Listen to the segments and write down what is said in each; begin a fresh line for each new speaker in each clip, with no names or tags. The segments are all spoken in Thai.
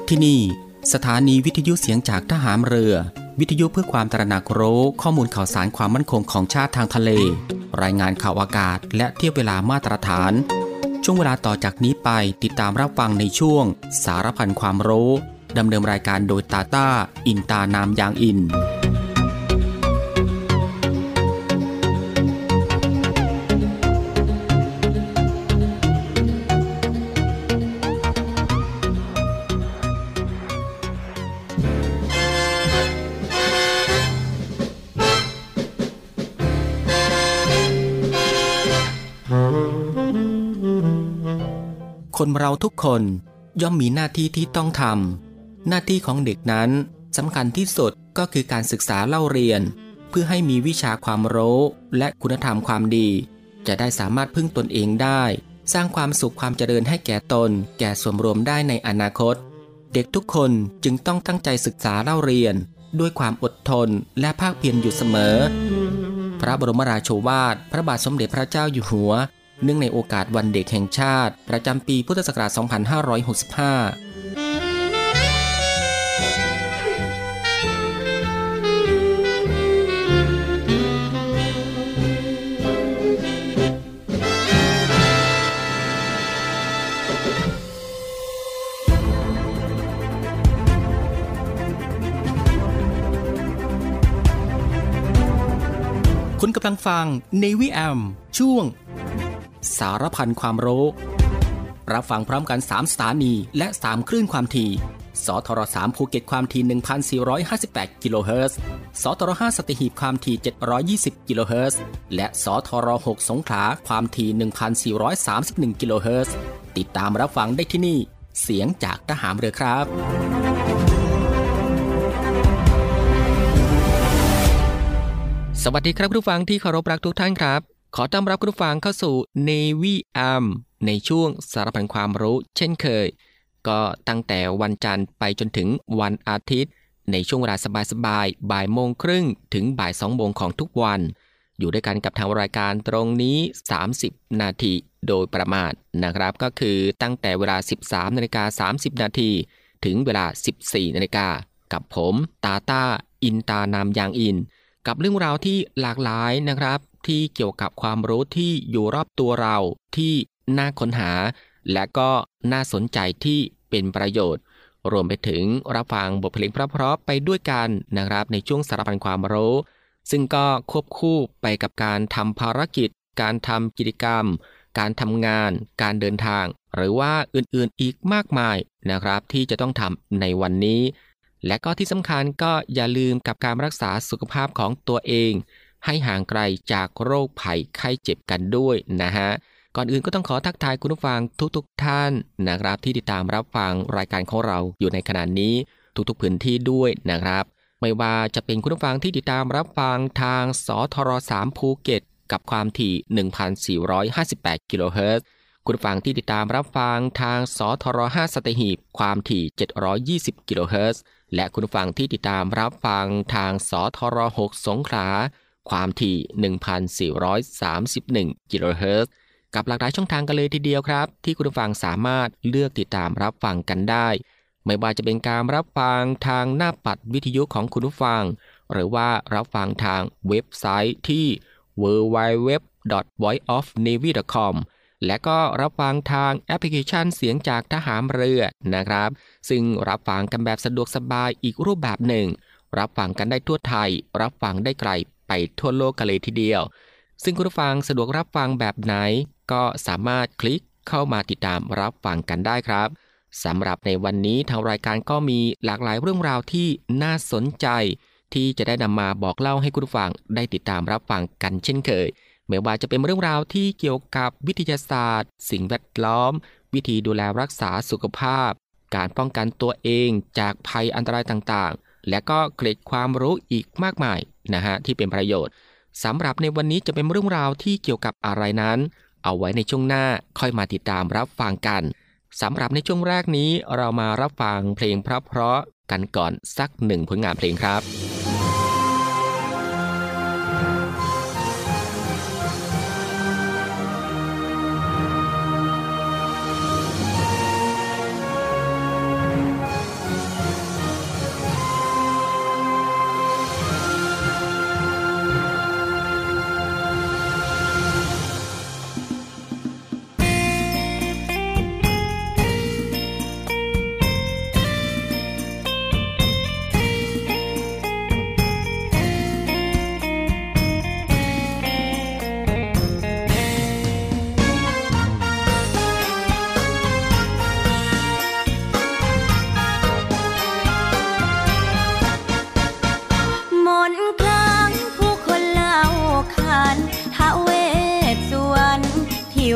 ที่นี่สถานีวิทยุเสียงจากทหารเรือวิทยุเพื่อความตระหนักรู้ข้อมูลข่าวสารความมั่นคงของชาติทางทะเลรายงานข่าวอากาศและเทียบเวลามาตรฐานช่วงเวลาต่อจากนี้ไปติดตามรับฟังในช่วงสารพันความรู้ดำเนินรายการโดยตาต้าอินตานามยางอินคนเราทุกคนย่อมมีหน้าที่ที่ต้องทำหน้าที่ของเด็กนั้นสำคัญที่สุดก็คือการศึกษาเล่าเรียนเพื่อให้มีวิชาความรู้และคุณธรรมความดีจะได้สามารถพึ่งตนเองได้สร้างความสุขความเจริญให้แก่ตนแก่ส่วนรวมได้ในอนาคตเด็กทุกคนจึงต้องตั้งใจศึกษาเล่าเรียนด้วยความอดทนและภาคเพียรอยู่เสมอพระบรมราโชวาทพระบาทสมเด็จพระเจ้าอยู่หัวเนื่องในโอกาสวันเด็กแห่งชาติประจำปีพุทธศักราช 2565 คุณกำลังฟัง Navy AM ช่วงสารพันความรู้รับฟังพร้อมกัน3สถานีและ3คลื่นความถี่สทร3ภูเก็ตความถี่ 1,458 กิโลเฮิรตซ์สทร5สัตหีบความถี่720กิโลเฮิรตซ์และสทร6สงขลาความถี่ 1,431 กิโลเฮิรตซ์ติดตามรับฟังได้ที่นี่เสียงจากทหารเรือครับสวัสดีครับผู้ฟังที่เคารพรักทุกท่านครับขอต้อนรับผู้ฟังเข้าสู่ Navy AM ในช่วงสารพันความรู้เช่นเคยก็ตั้งแต่วันจันทร์ไปจนถึงวันอาทิตย์ในช่วงเวลาสบายๆบ่ายโมงครึ่งถึงบ่าย2โมงของทุกวันอยู่ด้วยกันกับทางรายการตรงนี้30นาทีโดยประมาณนะครับก็คือตั้งแต่เวลา 13:30 นาทีถึงเวลา 14 นาฬิกากับผมตาต้าอินตานามยางอินกับเรื่องราวที่หลากหลายนะครับที่เกี่ยวกับความรู้ที่อยู่รอบตัวเราที่น่าค้นหาและก็น่าสนใจที่เป็นประโยชน์รวมไปถึงรับฟังบทเพลงเพราะๆไปด้วยกันนะครับในช่วงสารพันความรู้ซึ่งก็ควบคู่ไปกับการทำภารกิจการทำกิจกรรมการทำงานการเดินทางหรือว่าอื่นๆอีกมากมายนะครับที่จะต้องทำในวันนี้และก็ที่สำคัญก็อย่าลืมกับการรักษาสุขภาพของตัวเองให้ห่างไกลจากโรคภัยไข้เจ็บกันด้วยนะฮะก่อนอื่นก็ต้องขอทักทายคุณผู้ฟังทุกท่านนะครับที่ติดตามรับฟังรายการของเราอยู่ในขณะนี้ทุกๆพื้นที่ด้วยนะครับไม่ว่าจะเป็นคุณผู้ฟังที่ติดตามรับฟังทางสทร3ภูเก็ตกับความถี่ 1,458 กิโลเฮิรตซ์คุณผู้ฟังที่ติดตามรับฟังทางสทร5สัตหีบความถี่720กิโลเฮิรตซ์และคุณผู้ฟังที่ติดตามรับฟังทางสทร6สงขลาความถี่ 1,431 กิโลเฮิรตซ์กับหลากหลายช่องทางกันเลยทีเดียวครับที่คุณผู้ฟังสามารถเลือกติดตามรับฟังกันได้ไม่ว่าจะเป็นการรับฟังทางหน้าปัดวิทยุของคุณผู้ฟังหรือว่ารับฟังทางเว็บไซต์ที่ www.voiceofnavy.com และก็รับฟังทางแอปพลิเคชันเสียงจากทหารเรือนะครับซึ่งรับฟังกันแบบสะดวกสบายอีกรูปแบบหนึ่งรับฟังกันได้ทั่วไทยรับฟังได้ไกลไปทั่วโลกกันเลยทีเดียวซึ่งคุณผู้ฟังสะดวกรับฟังแบบไหนก็สามารถคลิกเข้ามาติดตามรับฟังกันได้ครับสำหรับในวันนี้ทางรายการก็มีหลากหลายเรื่องราวที่น่าสนใจที่จะได้นำมาบอกเล่าให้คุณผู้ฟังได้ติดตามรับฟังกันเช่นเคยไม่ว่าจะเป็นเรื่องราวที่เกี่ยวกับวิทยาศาสตร์สิ่งแวดล้อมวิธีดูแลรักษาสุขภาพการป้องกันตัวเองจากภัยอันตรายต่างๆและก็เกร็ดความรู้อีกมากมายนะฮะที่เป็นประโยชน์สำหรับในวันนี้จะเป็นเรื่องราวที่เกี่ยวกับอะไรนั้นเอาไว้ในช่วงหน้าค่อยมาติดตามรับฟังกันสำหรับในช่วงแรกนี้เรามารับฟังเพลงเพราะๆกันก่อนสัก1ผลงานเพลงครับ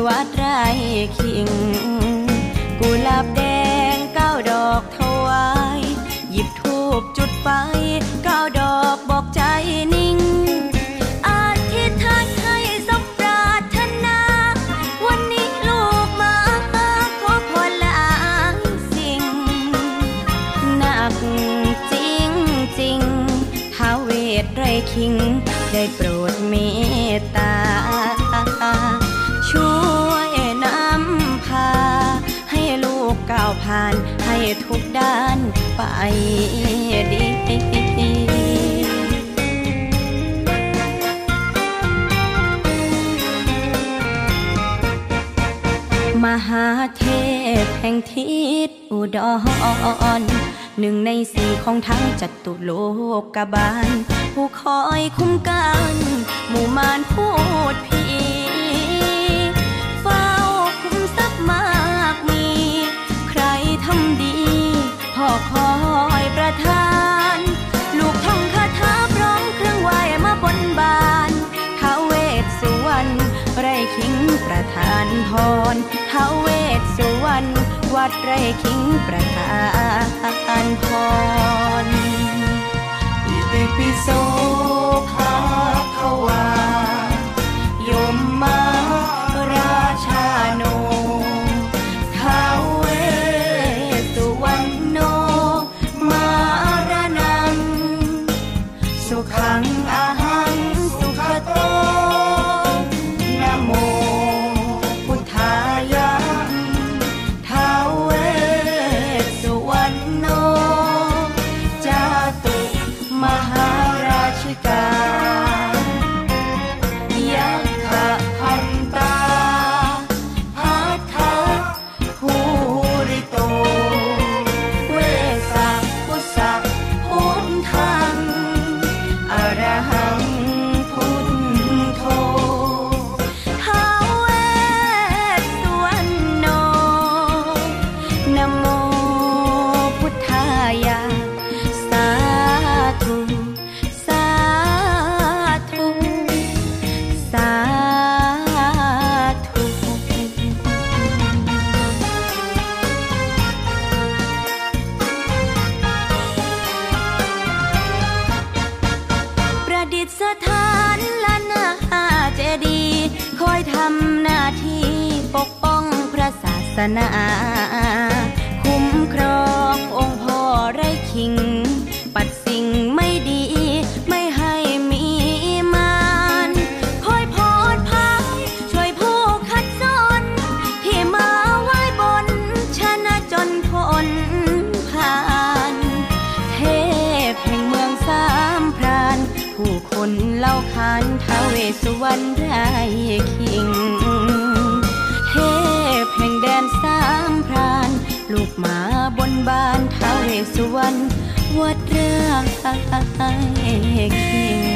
วัดไร่ขิงกุหลาบแดง9 ดอกถวายหยิบธูปจุดไฟ9 ดอกบอกใจนิ่งอธิษฐานให้สมปรารถนาวันนี้ลูกมาขอพรหลายสิ่งหนักจริงท้าวเวสไร่ขิงได้โปรดเมตตาช่วยนำพาให้ลูกก้าวผ่านให้ทุกด้านไปดีมหาเทพแห่งทิศอุดร1 ใน 4ของทั้งจัตุโลกบาลผู้คอยคุ้มกันหมู่มารพูดผีเฝ้าคุ้มทรัพย์มากมีใครทำดีพ่อคอยประทานลูกท่องคาถาพร้อมเครื่องไหว้มาบนบานท้าวเวสสุวรรณไร่ขิงประทานพรท้าวเวสสุวรรณวัดไร่ขิงประทานพร
อิติปิโสภะคะวายมมาราชาโนท้าวเวสสุวรรณโนมารนังสุขังอาหังสุขโตนะโมพุทธายะท้าวเวสสุวรรณโนจาตุมหาราชิกายัคขะพันตาภัททะภูริโตเวสะพุสะพุทธังอรหังพุทโธท้าวเวสสุวรรณโนนะโมพุทธายะสาธุสาธุสาธุประดิษฐานละนาเจดีย์คอยทำหน้าที่ปกป้องพระศาสนาคุ้มครององค์พ่อไร่ขิงปัดสิ่งไม่ดีไม่ให้มีมารคอยโพดพายช่วยผู้ขัดสนที่มาไหว้บนชนะจนพ้นผ่านเทพแห่งเมืองสามพรานผู้คนเล่าขานท้าวเวสสุวรรณไร่ขิงเทพแห่งแดนสามพรานลูกมาบนบานท้าวเวสสุวรรณวัดไร่ขิง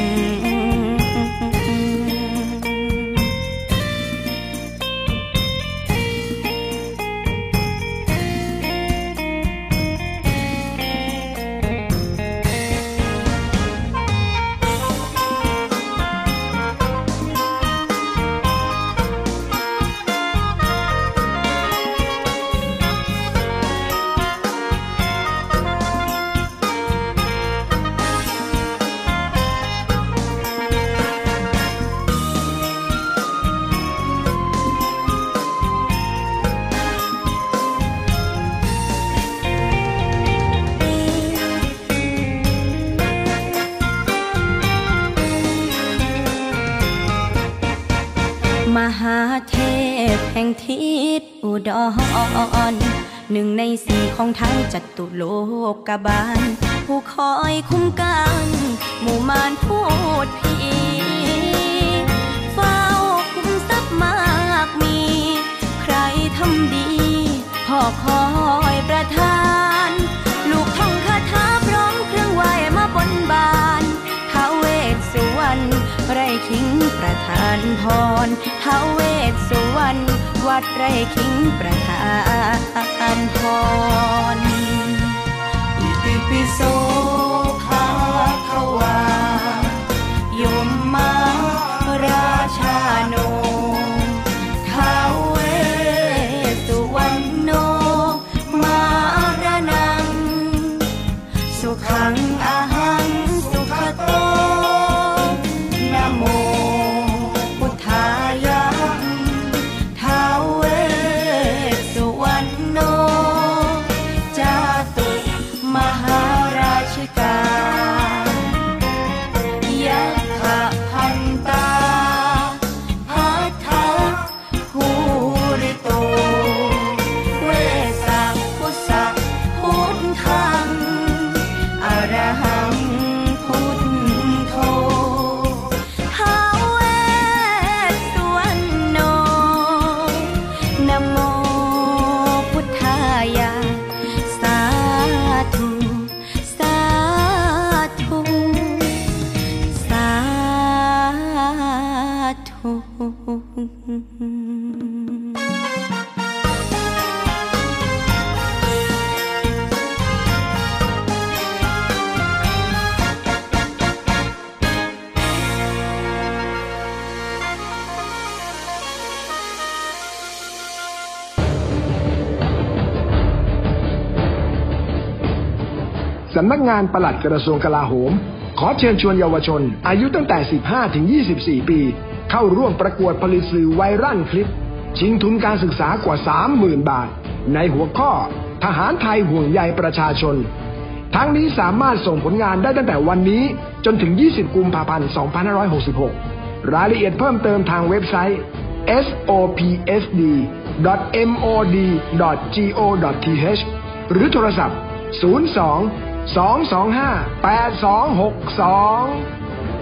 มหาเทพแห่งทิศอุดร1 ใน 4ของทั้งจัตุโลกบาลผู้คอยคุ้มกันหมู่มารพูดผีเฝ้าคุ้มทรัพย์มากมีใครทำดีพ่อคอยประทานลูกท่องคาถาพร้อมเครื่องไหว้มาบนบานท้าวเวสสุวรรณไร่ขิงประทานพรท้าวเวสสุวรรณวัดไร่ขิงประทานพรอิติปิโสภะคะวายมมาราชาโนท้าว
สำนักงานปลัดกระทรวงกลาโหมขอเชิญชวนเยาวชนอายุตั้งแต่ 15 ถึง 24 ปีเข้าร่วมประกวดผลิตสื่อไวรัลคลิปชิงทุนการศึกษากว่า 30,000 บาทในหัวข้อทหารไทยห่วงใยประชาชนทั้งนี้สามารถส่งผลงานได้ตั้งแต่วันนี้จนถึง 20 กุมภาพันธ์ 2566 รายละเอียดเพิ่มเติมทางเว็บไซต์ sopsd.mod.go.th หรือโทรศัพท์ 02-225-8262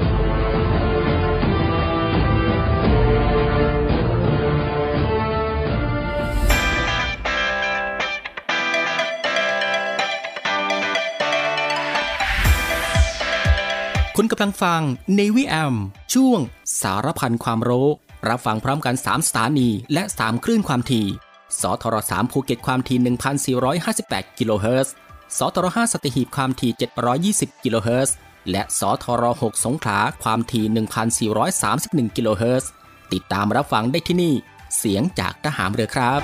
คุณกำลังฟัง Navy AM ช่วงสารพันความรู้รับฟังพร้อมกัน3สถานีและ3คลื่นความถี่สทร3ภูเก็ตความถี่ 1,458 กิโลเฮิรตซ์สทร5สัตหีบความถี่720กิโลเฮิรตซ์และสทร6สงขลาความถี่ 1,431 กิโลเฮิรตซ์ติดตามรับฟังได้ที่นี่เสียงจากทหารเรือครับ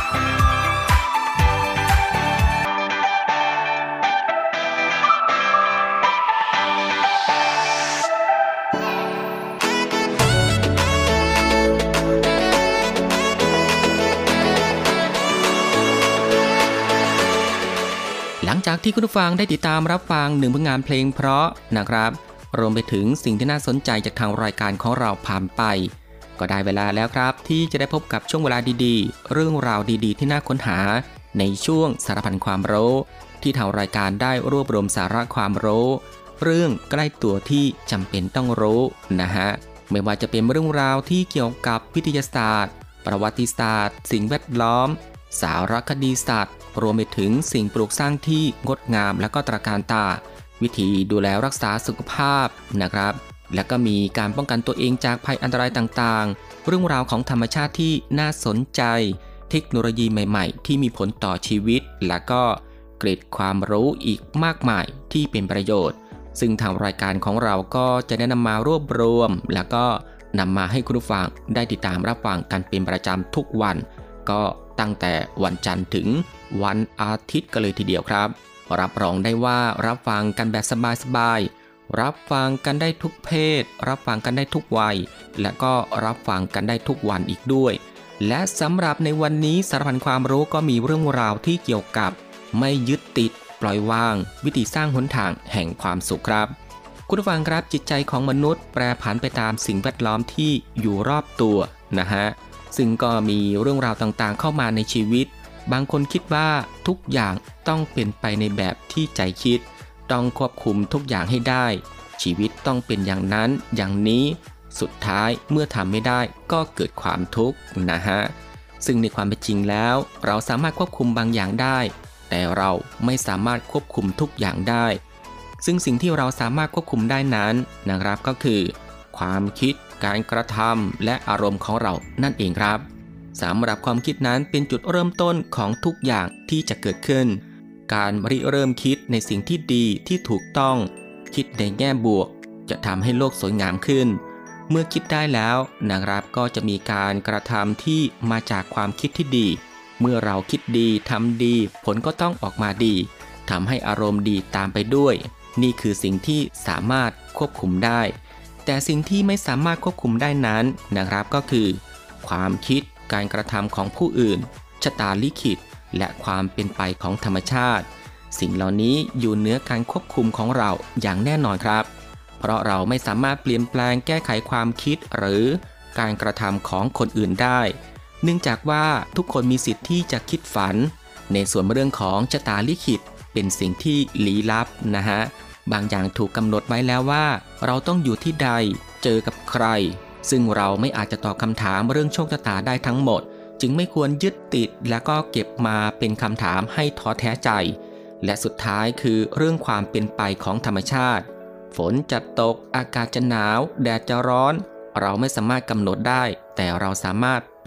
หลังจากที่คุณผู้ฟังได้ติดตามรับฟัง1ผลงานเพลงเพราะนะครับรวมไปถึงสิ่งที่น่าสนใจจากทางรายการของเราผ่านไปก็ได้เวลาแล้วครับที่จะได้พบกับช่วงเวลาดีๆเรื่องราวดีๆที่น่าค้นหาในช่วงสารพันความรู้ที่ทางรายการได้รวบรวมสาระความรู้เรื่องใกล้ตัวที่จำเป็นต้องรู้นะฮะไม่ว่าจะเป็นเรื่องราวที่เกี่ยวกับวิทยาศาสตร์ประวัติศาสตร์สิ่งแวดล้อมสารคดีสัตว์รวมไปถึงสิ่งปลูกสร้างที่งดงามและก็ตระการตาวิธีดูแลรักษาสุขภาพนะครับและก็มีการป้องกันตัวเองจากภัยอันตรายต่างๆเรื่องราวของธรรมชาติที่น่าสนใจเทคโนโลยีใหม่ๆที่มีผลต่อชีวิตและก็เกร็ดความรู้อีกมากมายที่เป็นประโยชน์ซึ่งทางรายการของเราก็จะได้นำมารวบรวมแล้วก็นำมาให้คุณผู้ฟังได้ติดตามรับฟังกันเป็นประจำทุกวันก็ตั้งแต่วันจันทร์ถึงวันอาทิตย์กันเลยทีเดียวครับรับรองได้ว่ารับฟังกันแบบสบายๆรับฟังกันได้ทุกเพศรับฟังกันได้ทุกวัยและก็รับฟังกันได้ทุกวันอีกด้วยและสำหรับในวันนี้สารพันความรู้ก็มีเรื่องราวที่เกี่ยวกับไม่ยึดติดปล่อยวางวิธีสร้างหนทางแห่งความสุขครับคุณผู้ฟังครับจิตใจของมนุษย์แปรผันไปตามสิ่งแวดล้อมที่อยู่รอบตัวนะฮะซึ่งก็มีเรื่องราวต่างๆเข้ามาในชีวิตบางคนคิดว่าทุกอย่างต้องเป็นไปในแบบที่ใจคิดต้องควบคุมทุกอย่างให้ได้ชีวิตต้องเป็นอย่างนั้นอย่างนี้สุดท้ายเมื่อทำไม่ได้ก็เกิดความทุกข์นะฮะซึ่งในความเป็นจริงแล้วเราสามารถควบคุมบางอย่างได้แต่เราไม่สามารถควบคุมทุกอย่างได้ซึ่งสิ่งที่เราสามารถควบคุมได้นั้นนะครับก็คือความคิดการกระทำและอารมณ์ของเรานั่นเองครับสำหรับความคิดนั้นเป็นจุดเริ่มต้นของทุกอย่างที่จะเกิดขึ้นการริเริ่มคิดในสิ่งที่ดีที่ถูกต้องคิดในแง่บวกจะทำให้โลกสวยงามขึ้นเมื่อคิดได้แล้วนะครับก็จะมีการกระทำที่มาจากความคิดที่ดีเมื่อเราคิดดีทำดีผลก็ต้องออกมาดีทำให้อารมณ์ดีตามไปด้วยนี่คือสิ่งที่สามารถควบคุมได้แต่สิ่งที่ไม่สามารถควบคุมได้นั้นนะครับก็คือความคิดการกระทำของผู้อื่นชะตาลิขิตและความเป็นไปของธรรมชาติสิ่งเหล่านี้อยู่เหนือการควบคุมของเราอย่างแน่นอนครับเพราะเราไม่สามารถเปลี่ยนแปลงแก้ไขความคิดหรือการกระทำของคนอื่นได้เนื่องจากว่าทุกคนมีสิทธิ์ที่จะคิดฝันในส่วนเรื่องของชะตาลิขิตเป็นสิ่งที่ลี้ลับนะฮะบางอย่างถูกกำหนดไว้แล้วว่าเราต้องอยู่ที่ใดเจอกับใครซึ่งเราไม่อาจจะตอบคำถามเรื่องโชคชะตาได้ทั้งหมดจึงไม่ควรยึดติดและก็เก็บมาเป็นคำถามให้ท้อแท้ใจและสุดท้ายคือเรื่องความเป็นไปของธรรมชาติฝนจะตกอากาศจะหนาวแดดจะร้อนเราไม่สามารถกำหนดได้แต่เราสามารถ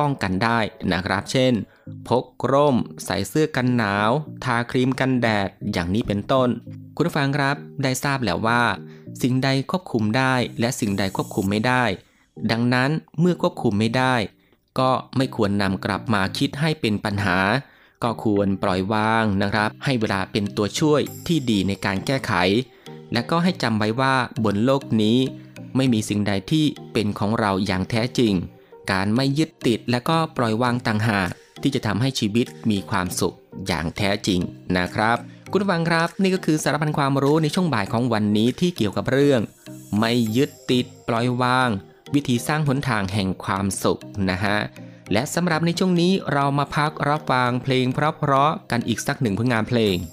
ป้องกันได้นะครับเช่นพกร่มใส่เสื้อกันหนาวทาครีมกันแดดอย่างนี้เป็นต้นคุณผู้ฟังครับได้ทราบแล้วว่าสิ่งใดควบคุมได้และสิ่งใดควบคุมไม่ได้ดังนั้นเมื่อควบคุมไม่ได้ก็ไม่ควรนำกลับมาคิดให้เป็นปัญหาก็ควรปล่อยวางนะครับให้เวลาเป็นตัวช่วยที่ดีในการแก้ไขและก็ให้จำไว้ว่าบนโลกนี้ไม่มีสิ่งใดที่เป็นของเราอย่างแท้จริงการไม่ยึดติดและก็ปล่อยวางต่างหากที่จะทำให้ชีวิตมีความสุขอย่างแท้จริงนะครับคุณผู้ฟังครับนี่ก็คือสารพันความรู้ในช่วงบ่ายของวันนี้ที่เกี่ยวกับเรื่องไม่ยึดติดปล่อยวางวิธีสร้างหนทางแห่งความสุขนะฮะและสำหรับในช่วงนี้เรามาพักรับฟังเพลงเพราะๆกันอีกสักหนึ่งผลงานเพลง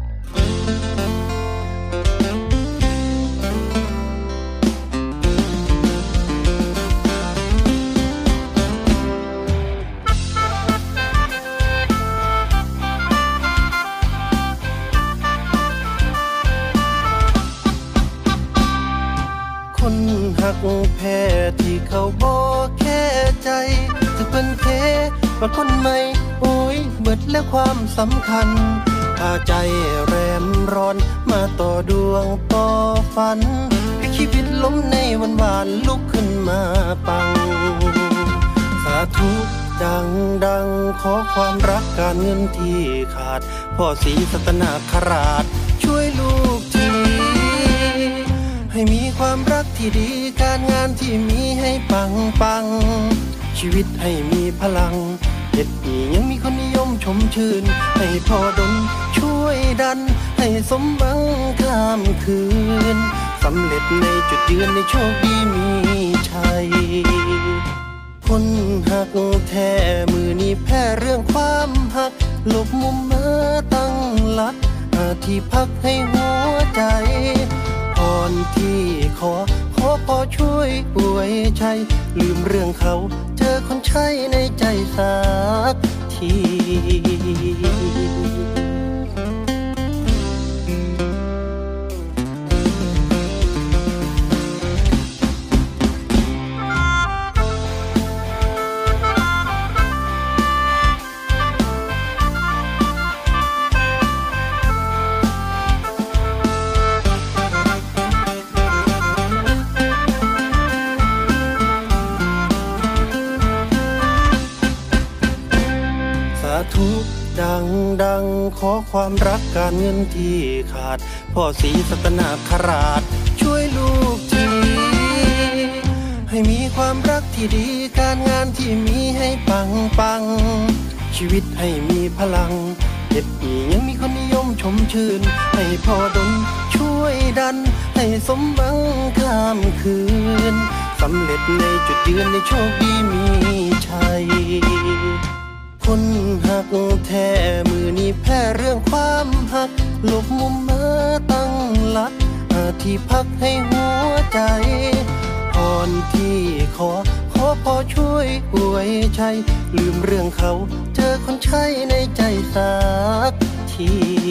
หักแพ้ที่เขาบอกแค่ใจจะเป็นแค่ว่าคนใหม่โอ้ยเบิดแล้วความสำคัญพาใจแรมร้อนมาต่อดวงต่อฝันให้ชีวิตล้มในวันวานลุกขึ้นมาปังสาธุดังขอความรักการเงินที่ขาดพ่อศรีสัตนาคราชช่วยลูกทีให้มีความรักที่ดีการงานที่มีให้ปังชีวิตให้มีพลังเด็ดอียังมีคนนิยมชมชื่นให้พ่อดลช่วยดันให้สมหวังข้ามคืนสำเร็จในจุดยืนในโชคดีมีชัยคนหักแท้มือนี้แพ้เรื่องความหักหลบมุมมาตั้งหลักที่พักให้หัวใจพรที่ขอพอช่วยอวยชัยลืมเรื่องเขาเจอคนใช่ในใจสักทีทุกดังขอความรักการเงินที่ขาดพ่อศรีสัตนาคราชช่วยลูกทีให้มีความรักที่ดีการงานที่มีให้ปังชีวิตให้มีพลังเด็ดอียังมีคนนิยมชมชื่นให้พ่อดลช่วยดันให้สมหวังข้ามคืนสำเร็จในจุดยืนในโชคดีมีชัยคนหักแท้มือนี้แพ้เรื่องความหักหลบมุมมาตั้งหลักที่พักให้หัวใจพรที่ขอพอช่วยอวยชัยลืมเรื่องเขาเจอคนใช่ในใจสักที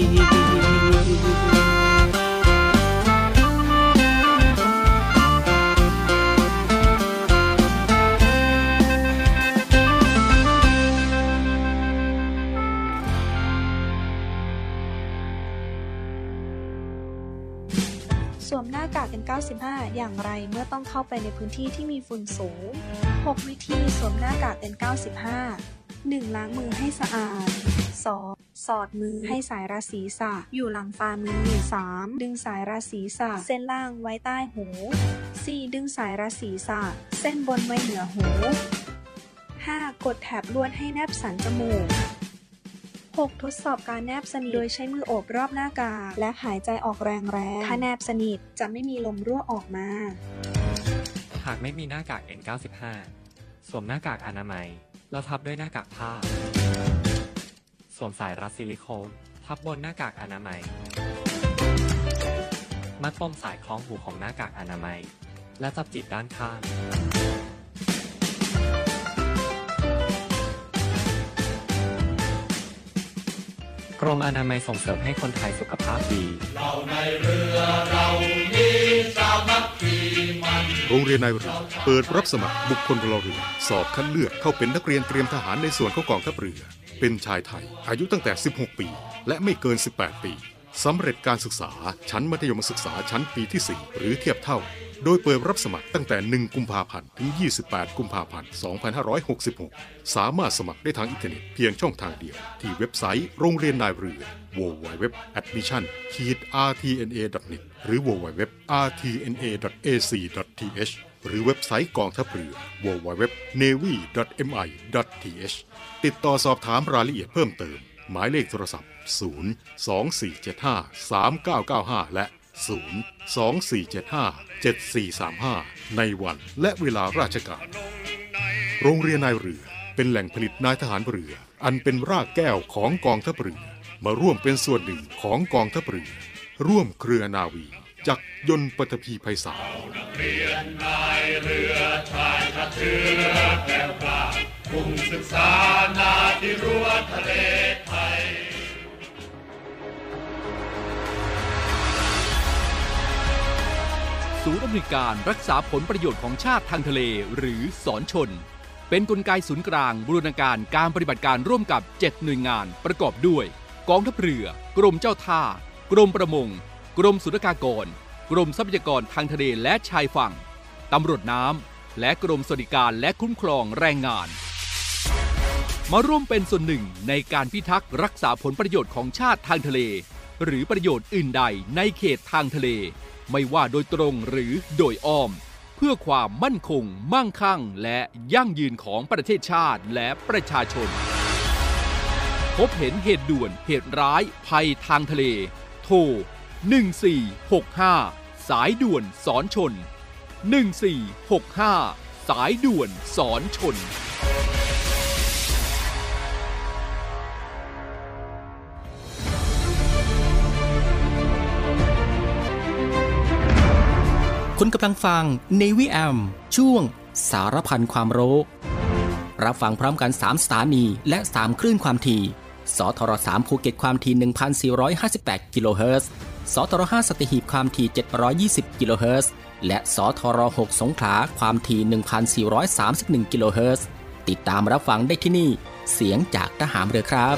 สวมหน้ากาก N95 อย่างไรเมื่อต้องเข้าไปในพื้นที่ที่มีฝุ่นสูง 6 วิธีสวมหน้ากาก N95 1. ล้างมือให้สะอาด 2. สอดมือให้สายรัดศีรษะอยู่หลังฝ่ามือ 3. ดึงสายรัดศีรษะเส้นล่างไว้ใต้หู 4. ดึงสายรัดศีรษะเส้นบนไว้เหนือหู 5. กดแถบลวดให้แนบสันจมูก 6. ทดสอบการแนบสนิทโดยใช้มือโอบรอบหน้ากากและหายใจออกแรงๆถ้าแนบสนิทจะไม่มีลมรั่วออกมา
หากไม่มีหน้ากาก N95 สวมหน้ากากอนามัยแล้วทับด้วยหน้ากากผ้าสวมสายรัดซิลิโคนทับบนหน้ากากอนามัยมัดปมสายคล้องหูของหน้ากากอนามัยและจับจีบด้านข้างกรมอนามัยส่งเสริมให้คนไทยสุขภาพดีเราในเรือเรานี้สามัคคี
โรงเรียนนายเรือเปิดรับสมัครบุคคลพลเรือนสอบคัดเลือกเข้าเป็นนักเรียนเตรียมทหารในส่วนของกองทัพเรือเป็นชายไทยอายุตั้งแต่16ปีและไม่เกิน18ปีสำเร็จการศึกษาชั้นมัธยมศึกษาชั้นปีที่4หรือเทียบเท่าโดยเปิดรับสมัครตั้งแต่1กุมภาพันธ์ถึง28กุมภาพันธ์2566สามารถสมัครได้ทางอินเทอร์เน็ตเพียงช่องทางเดียวที่เว็บไซต์โรงเรียนนายเรือ www.admission-rtna.net หรือ www.rtna.ac.th หรือเว็บไซต์กองทัพเรือ www.navy.mi.th ติดต่อสอบถามรายละเอียดเพิ่มเติมหมายเลขโทรศัพท์024753995และ024757435ในวันและเวลาราชการโรงเรียนนายเรือเป็นแหล่งผลิตนายทหารเรืออันเป็นรากแก้วของกองทัพเรือมาร่วมเป็นส่วนหนึ่งของกองทัพเรือร่วมเครือนาวีจักรยนต์ปฐพีไพศาลเรียนนายเรือชายทะเทือแก้วกล้ามุ่งศึกษานาที่รั้วทะเลไทย
ศูนย์อำนวยการรักษาผลประโยชน์ของชาติทางทะเลหรือศรชนเป็นกลไกศูนย์กลางบูรณาการการปฏิบัติการร่วมกับ7หน่วยงานประกอบด้วยกองทัพเรือกรมเจ้าท่ากรมประมงกรมศุลกากรกรมทรัพยากรทางทะเลและชายฝั่งตำรวจน้ำและกรมสวัสดิการและคุ้มครองแรงงานมาร่วมเป็นส่วนหนึ่งในการพิทักษ์รักษาผลประโยชน์ของชาติทางทะเลหรือประโยชน์อื่นใดในเขตทางทะเลไม่ว่าโดยตรงหรือโดยอ้อมเพื่อความมั่นคงมั่งคั่งและยั่งยืนของประเทศชาติและประชาชนพบเห็นเหตุด่วนเหตุร้ายภัยทางทะเลโทร1465สายด่วนสอนชน1465สายด่วนสอนชน
คุณกำลังฟัง Navy AM ช่วงสารพันความรู้รับฟังพร้อมกัน3สถานีและ3คลื่นความถี่สทร3ภูเก็ตความถี่ 1,458 กิโลเฮิรตซ์สทร5สัตหีบความถี่720กิโลเฮิรตซ์และสทร6สงขลาความถี่ 1,431 กิโลเฮิรตซ์ติดตามรับฟังได้ที่นี่เสียงจากทหารเรือครับ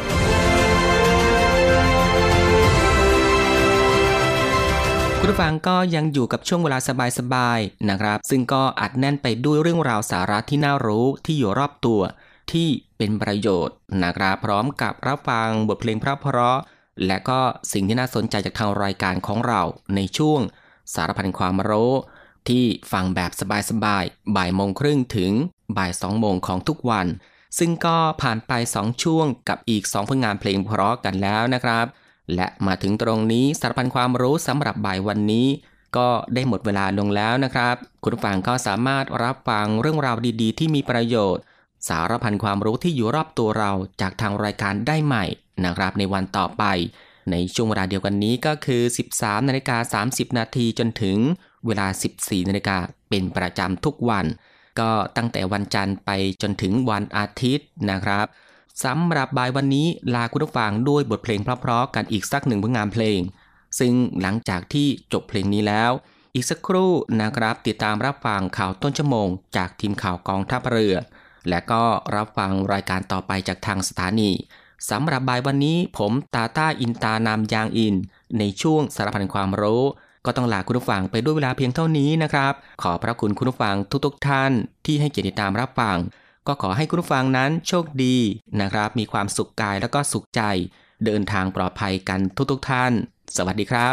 คุณผู้ฟังก็ยังอยู่กับช่วงเวลาสบายๆนะครับซึ่งก็อัดแน่นไปด้วยเรื่องราวสาระที่น่ารู้ที่อยู่รอบตัวที่เป็นประโยชน์นะครับพร้อมกับรับฟังบทเพลงเพราะๆและก็สิ่งที่น่าสนใจจากทางรายการของเราในช่วงสารพันความรู้ที่ฟังแบบสบายๆบ่ายโมงครึ่งถึงบ่าย2โมงของทุกวันซึ่งก็ผ่านไป2ช่วงกับอีก2ผลงานเพลงเพราะกันแล้วนะครับและมาถึงตรงนี้สารพันความรู้สำหรับบ่ายวันนี้ก็ได้หมดเวลาลงแล้วนะครับคุณผู้ฟังก็สามารถรับฟังเรื่องราวดีๆที่มีประโยชน์สารพันความรู้ที่อยู่รอบตัวเราจากทางรายการได้ใหม่นะครับในวันต่อไปในช่วงเวลาเดียวกันนี้ก็คือ 13:30 นาทีจนถึงเวลา 14:00 นเป็นประจำทุกวันก็ตั้งแต่วันจันทร์ไปจนถึงวันอาทิตย์นะครับสำหรับบ่ายวันนี้ลาคุณผู้ฟังด้วยบทเพลงเพราะๆกันอีกสักหนึ่งผลงานเพลงซึ่งหลังจากที่จบเพลงนี้แล้วอีกสักครู่นะครับติดตามรับฟังข่าวต้นชั่วโมงจากทีมข่าวกองทัพเรือและก็รับฟังรายการต่อไปจากทางสถานีสำหรับบ่ายวันนี้ผมตาต้าอินตานามยางอินในช่วงสารพันความรู้ก็ต้องลาคุณผู้ฟังไปด้วยเวลาเพียงเท่านี้นะครับขอพระคุณคุณผู้ฟังทุกๆท่านที่ให้เกียรติติดตามรับฟังก็ขอให้คุณผู้ฟังนั้นโชคดีนะครับมีความสุขกายแล้วก็สุขใจเดินทางปลอดภัยกันทุกๆท่านสวัสดีครับ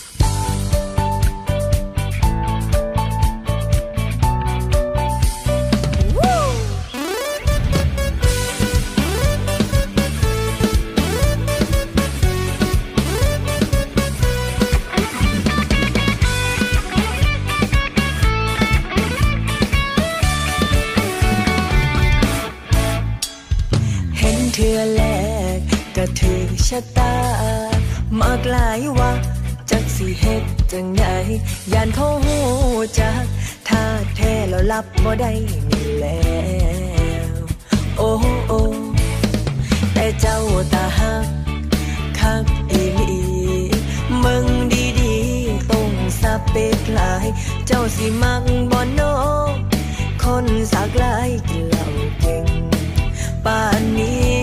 ะตามาไกลว่าจักสิเฮ็ดจังใดย่านเขาฮู้จักถ้าแท้แล้วรับบ่ได้นี่แล้วโอ้โอ้แต่เจ้าตาฮักคักอีหลีมึงดีๆต้องสเปคหลายเจ้าสิมักบ่โนคนสากลายกินเหล้าเก่งป่านนี้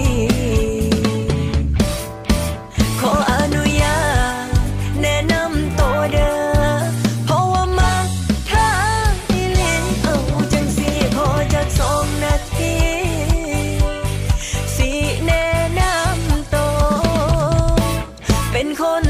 ขออนุญาตแนะนำตัวเด้อเพราะว่ามักท่าอีหลีเอาจังสิขอจัก2 นาทีสิแนะนำตัวเป็นคน